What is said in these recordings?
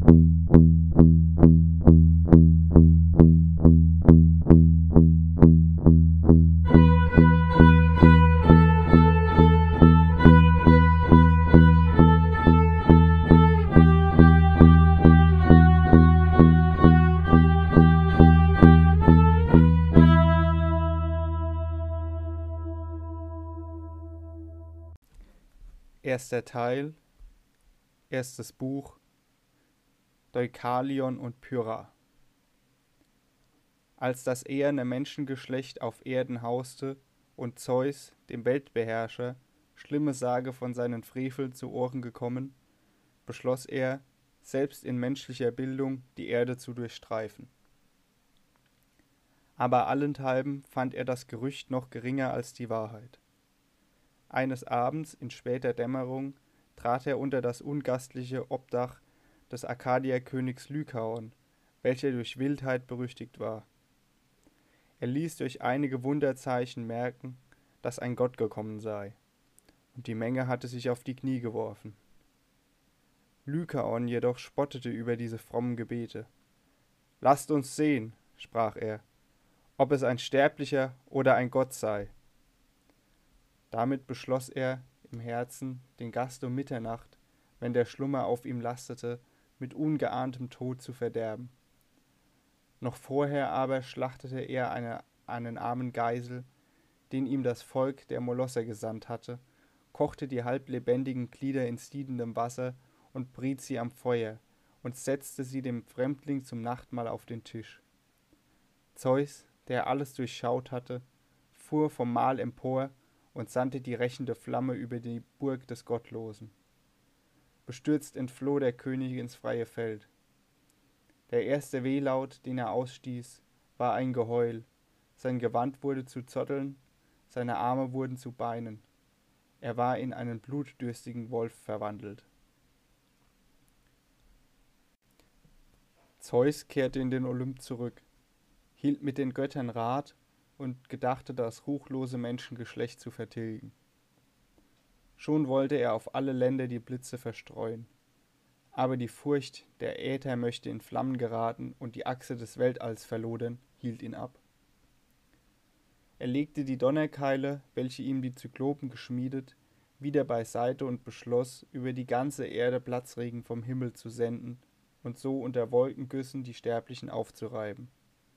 Erster Teil, erstes Buch, Deukalion und Pyrrha. Als das eherne Menschengeschlecht auf Erden hauste und Zeus, dem Weltbeherrscher, schlimme Sage von seinen Freveln zu Ohren gekommen, beschloss er, selbst in menschlicher Bildung die Erde zu durchstreifen. Aber allenthalben fand er das Gerücht noch geringer als die Wahrheit. Eines Abends in später Dämmerung trat er unter das ungastliche Obdach des Arkadierkönigs Lykaon, welcher durch Wildheit berüchtigt war. Er ließ durch einige Wunderzeichen merken, dass ein Gott gekommen sei, und die Menge hatte sich auf die Knie geworfen. Lykaon jedoch spottete über diese frommen Gebete. »Lasst uns sehen«, sprach er, »ob es ein Sterblicher oder ein Gott sei.« Damit beschloss er im Herzen, den Gast um Mitternacht, wenn der Schlummer auf ihm lastete, mit ungeahntem Tod zu verderben. Noch vorher aber schlachtete er einen armen Geisel, den ihm das Volk der Molosser gesandt hatte, kochte die halblebendigen Glieder in siedendem Wasser und briet sie am Feuer und setzte sie dem Fremdling zum Nachtmahl auf den Tisch. Zeus, der alles durchschaut hatte, fuhr vom Mahl empor und sandte die rächende Flamme über die Burg des Gottlosen. Bestürzt entfloh der König ins freie Feld. Der erste Wehlaut, den er ausstieß, war ein Geheul. Sein Gewand wurde zu Zotteln, seine Arme wurden zu Beinen. Er war in einen blutdürstigen Wolf verwandelt. Zeus kehrte in den Olymp zurück, hielt mit den Göttern Rat und gedachte, das ruchlose Menschengeschlecht zu vertilgen. Schon wollte er auf alle Länder die Blitze verstreuen. Aber die Furcht, der Äther möchte in Flammen geraten und die Achse des Weltalls verlodern, hielt ihn ab. Er legte die Donnerkeile, welche ihm die Zyklopen geschmiedet, wieder beiseite und beschloss, über die ganze Erde Platzregen vom Himmel zu senden und so unter Wolkengüssen die Sterblichen aufzureiben.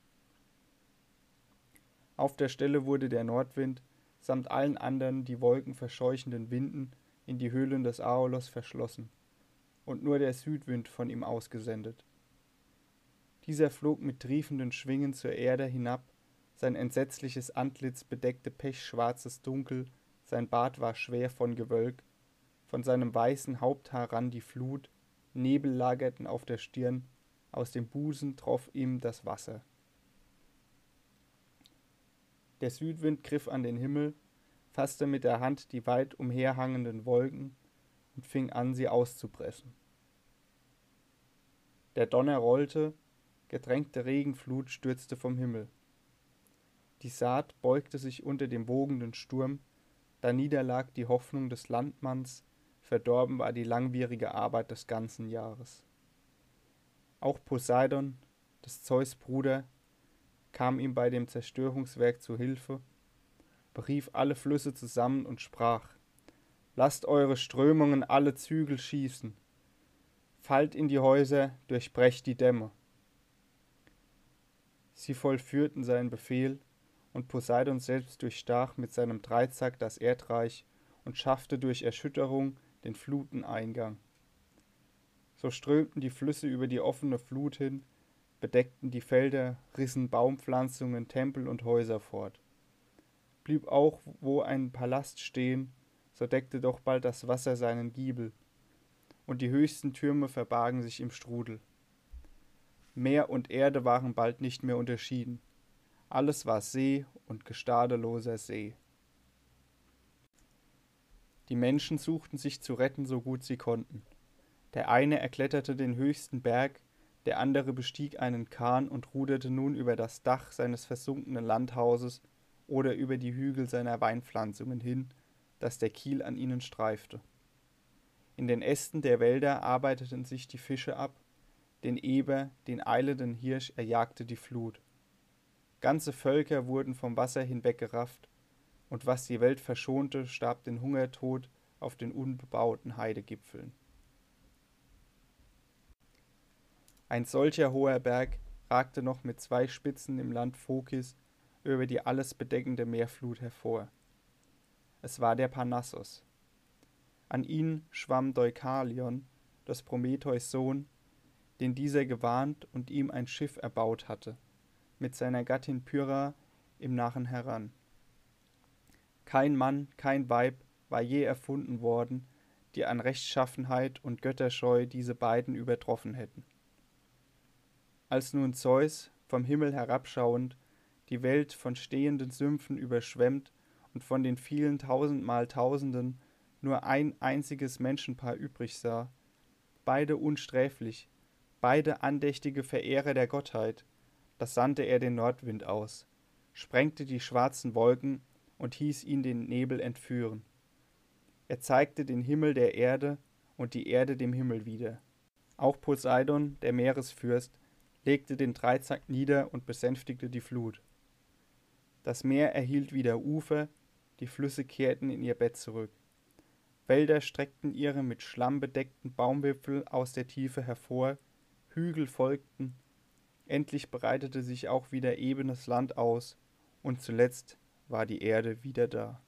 Auf der Stelle wurde der Nordwind samt allen anderen die Wolken verscheuchenden Winden in die Höhlen des Aolos verschlossen und nur der Südwind von ihm ausgesendet. Dieser flog mit triefenden Schwingen zur Erde hinab, sein entsetzliches Antlitz bedeckte pechschwarzes Dunkel, sein Bart war schwer von Gewölk, von seinem weißen Haupthaar rann die Flut, Nebel lagerten auf der Stirn, aus dem Busen troff ihm das Wasser. Der Südwind griff an den Himmel, fasste mit der Hand die weit umherhangenden Wolken und fing an, sie auszupressen. Der Donner rollte, gedrängte Regenflut stürzte vom Himmel. Die Saat beugte sich unter dem wogenden Sturm, danieder lag die Hoffnung des Landmanns, verdorben war die langwierige Arbeit des ganzen Jahres. Auch Poseidon, des Zeus Bruder, kam ihm bei dem Zerstörungswerk zu Hilfe, berief alle Flüsse zusammen und sprach: »Lasst eure Strömungen alle Zügel schießen, fallt in die Häuser, durchbrecht die Dämme.« Sie vollführten seinen Befehl, und Poseidon selbst durchstach mit seinem Dreizack das Erdreich und schaffte durch Erschütterung den Fluten Eingang. So strömten die Flüsse über die offene Flut hin, bedeckten die Felder, rissen Baumpflanzungen, Tempel und Häuser fort. Blieb auch wo ein Palast stehen, so deckte doch bald das Wasser seinen Giebel, und die höchsten Türme verbargen sich im Strudel. Meer und Erde waren bald nicht mehr unterschieden. Alles war See und gestadeloser See. Die Menschen suchten sich zu retten, so gut sie konnten. Der eine erkletterte den höchsten Berg, der andere bestieg einen Kahn und ruderte nun über das Dach seines versunkenen Landhauses oder über die Hügel seiner Weinpflanzungen hin, dass der Kiel an ihnen streifte. In den Ästen der Wälder arbeiteten sich die Fische ab, den Eber, den eilenden Hirsch erjagte die Flut. Ganze Völker wurden vom Wasser hinweggerafft, und was die Welt verschonte, starb den Hungertod auf den unbebauten Heidegipfeln. Ein solcher hoher Berg ragte noch mit 2 Spitzen im Land Phokis über die alles bedeckende Meerflut hervor. Es war der Parnassos. An ihn schwamm Deukalion, des Prometheus Sohn, den dieser gewarnt und ihm ein Schiff erbaut hatte, mit seiner Gattin Pyrrha im Nachen heran. Kein Mann, kein Weib war je erfunden worden, die an Rechtschaffenheit und Götterscheu diese beiden übertroffen hätten. Als nun Zeus, vom Himmel herabschauend, die Welt von stehenden Sümpfen überschwemmt und von den vielen tausendmal Tausenden nur ein einziges Menschenpaar übrig sah, beide unsträflich, beide andächtige Verehrer der Gottheit, da sandte er den Nordwind aus, sprengte die schwarzen Wolken und hieß ihn den Nebel entführen. Er zeigte den Himmel der Erde und die Erde dem Himmel wieder. Auch Poseidon, der Meeresfürst, legte den Dreizack nieder und besänftigte die Flut. Das Meer erhielt wieder Ufer, die Flüsse kehrten in ihr Bett zurück. Wälder streckten ihre mit Schlamm bedeckten Baumwipfel aus der Tiefe hervor, Hügel folgten, endlich breitete sich auch wieder ebenes Land aus, und zuletzt war die Erde wieder da.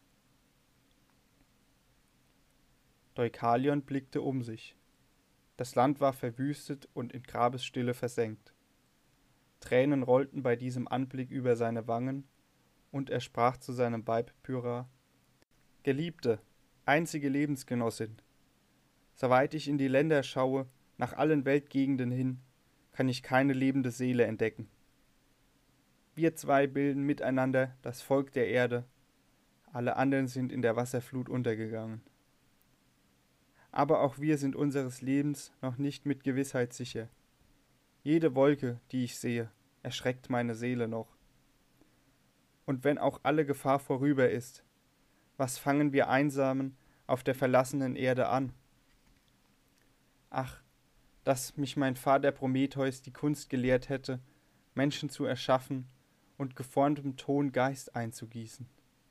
Deukalion blickte um sich. Das Land war verwüstet und in Grabesstille versenkt. Tränen rollten bei diesem Anblick über seine Wangen, und er sprach zu seinem Weib Pyrrha: Geliebte, einzige Lebensgenossin, soweit ich in die Länder schaue, nach allen Weltgegenden hin, kann ich keine lebende Seele entdecken. Wir 2 bilden miteinander das Volk der Erde, alle anderen sind in der Wasserflut untergegangen. Aber auch wir sind unseres Lebens noch nicht mit Gewissheit sicher. Jede Wolke, die ich sehe, erschreckt meine Seele noch. Und wenn auch alle Gefahr vorüber ist, was fangen wir Einsamen auf der verlassenen Erde an? Ach, dass mich mein Vater Prometheus die Kunst gelehrt hätte, Menschen zu erschaffen und geformtem Ton Geist einzugießen.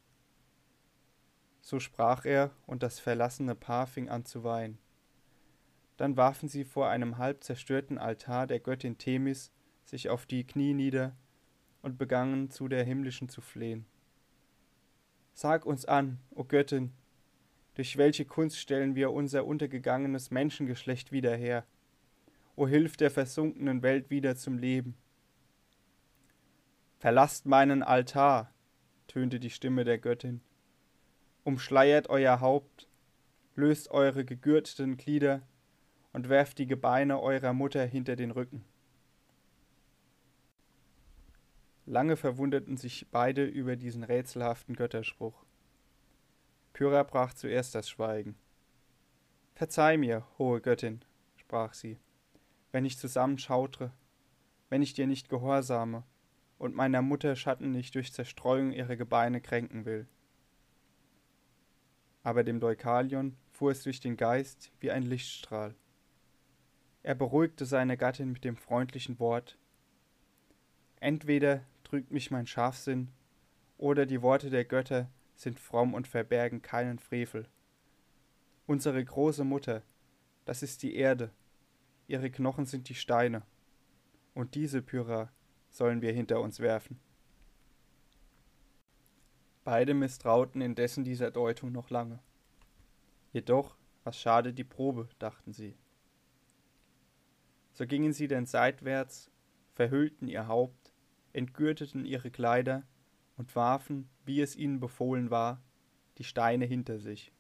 So sprach er, und das verlassene Paar fing an zu weinen. Dann warfen sie vor einem halb zerstörten Altar der Göttin Themis sich auf die Knie nieder und begannen zu der Himmlischen zu flehen. Sag uns an, o Göttin, durch welche Kunst stellen wir unser untergegangenes Menschengeschlecht wieder her? O hilf der versunkenen Welt wieder zum Leben. Verlasst meinen Altar, tönte die Stimme der Göttin. Umschleiert euer Haupt, löst eure gegürteten Glieder und werft die Gebeine eurer Mutter hinter den Rücken. Lange verwunderten sich beide über diesen rätselhaften Götterspruch. Pyrrha brach zuerst das Schweigen. Verzeih mir, hohe Göttin, sprach sie, wenn ich zusammenschautre, wenn ich dir nicht gehorsame und meiner Mutter Schatten nicht durch Zerstreuung ihrer Gebeine kränken will. Aber dem Deukalion fuhr es durch den Geist wie ein Lichtstrahl. Er beruhigte seine Gattin mit dem freundlichen Wort: Entweder trügt mich mein Scharfsinn, oder die Worte der Götter sind fromm und verbergen keinen Frevel. Unsere große Mutter, das ist die Erde, ihre Knochen sind die Steine, und diese, Pyrrha, sollen wir hinter uns werfen. Beide misstrauten indessen dieser Deutung noch lange. Jedoch, was schadet die Probe, dachten sie. So gingen sie denn seitwärts, verhüllten ihr Haupt, entgürteten ihre Kleider und warfen, wie es ihnen befohlen war, die Steine hinter sich.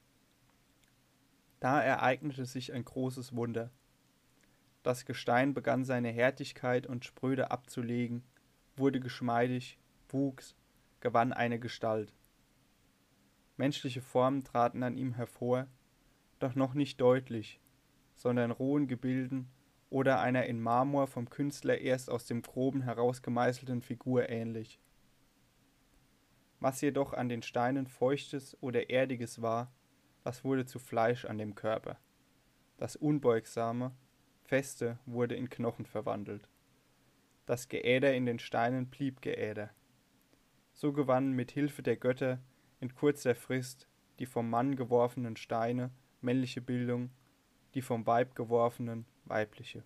Da ereignete sich ein großes Wunder. Das Gestein begann seine Härtigkeit und Spröde abzulegen, wurde geschmeidig, wuchs, gewann eine Gestalt. Menschliche Formen traten an ihm hervor, doch noch nicht deutlich, sondern rohen Gebilden oder einer in Marmor vom Künstler erst aus dem Groben herausgemeißelten Figur ähnlich. Was jedoch an den Steinen Feuchtes oder Erdiges war, das wurde zu Fleisch an dem Körper. Das Unbeugsame, Feste wurde in Knochen verwandelt. Das Geäder in den Steinen blieb Geäder. So gewannen mit Hilfe der Götter in kurzer Frist die vom Mann geworfenen Steine männliche Bildung, die vom Weib geworfenen weibliche.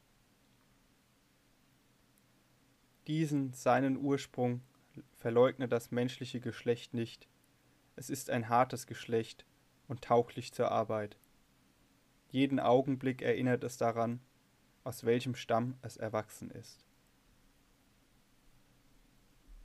Diesen seinen Ursprung verleugne das menschliche Geschlecht nicht. Es ist ein hartes Geschlecht und tauglich zur Arbeit. Jeden Augenblick erinnert es daran, aus welchem Stamm es erwachsen ist.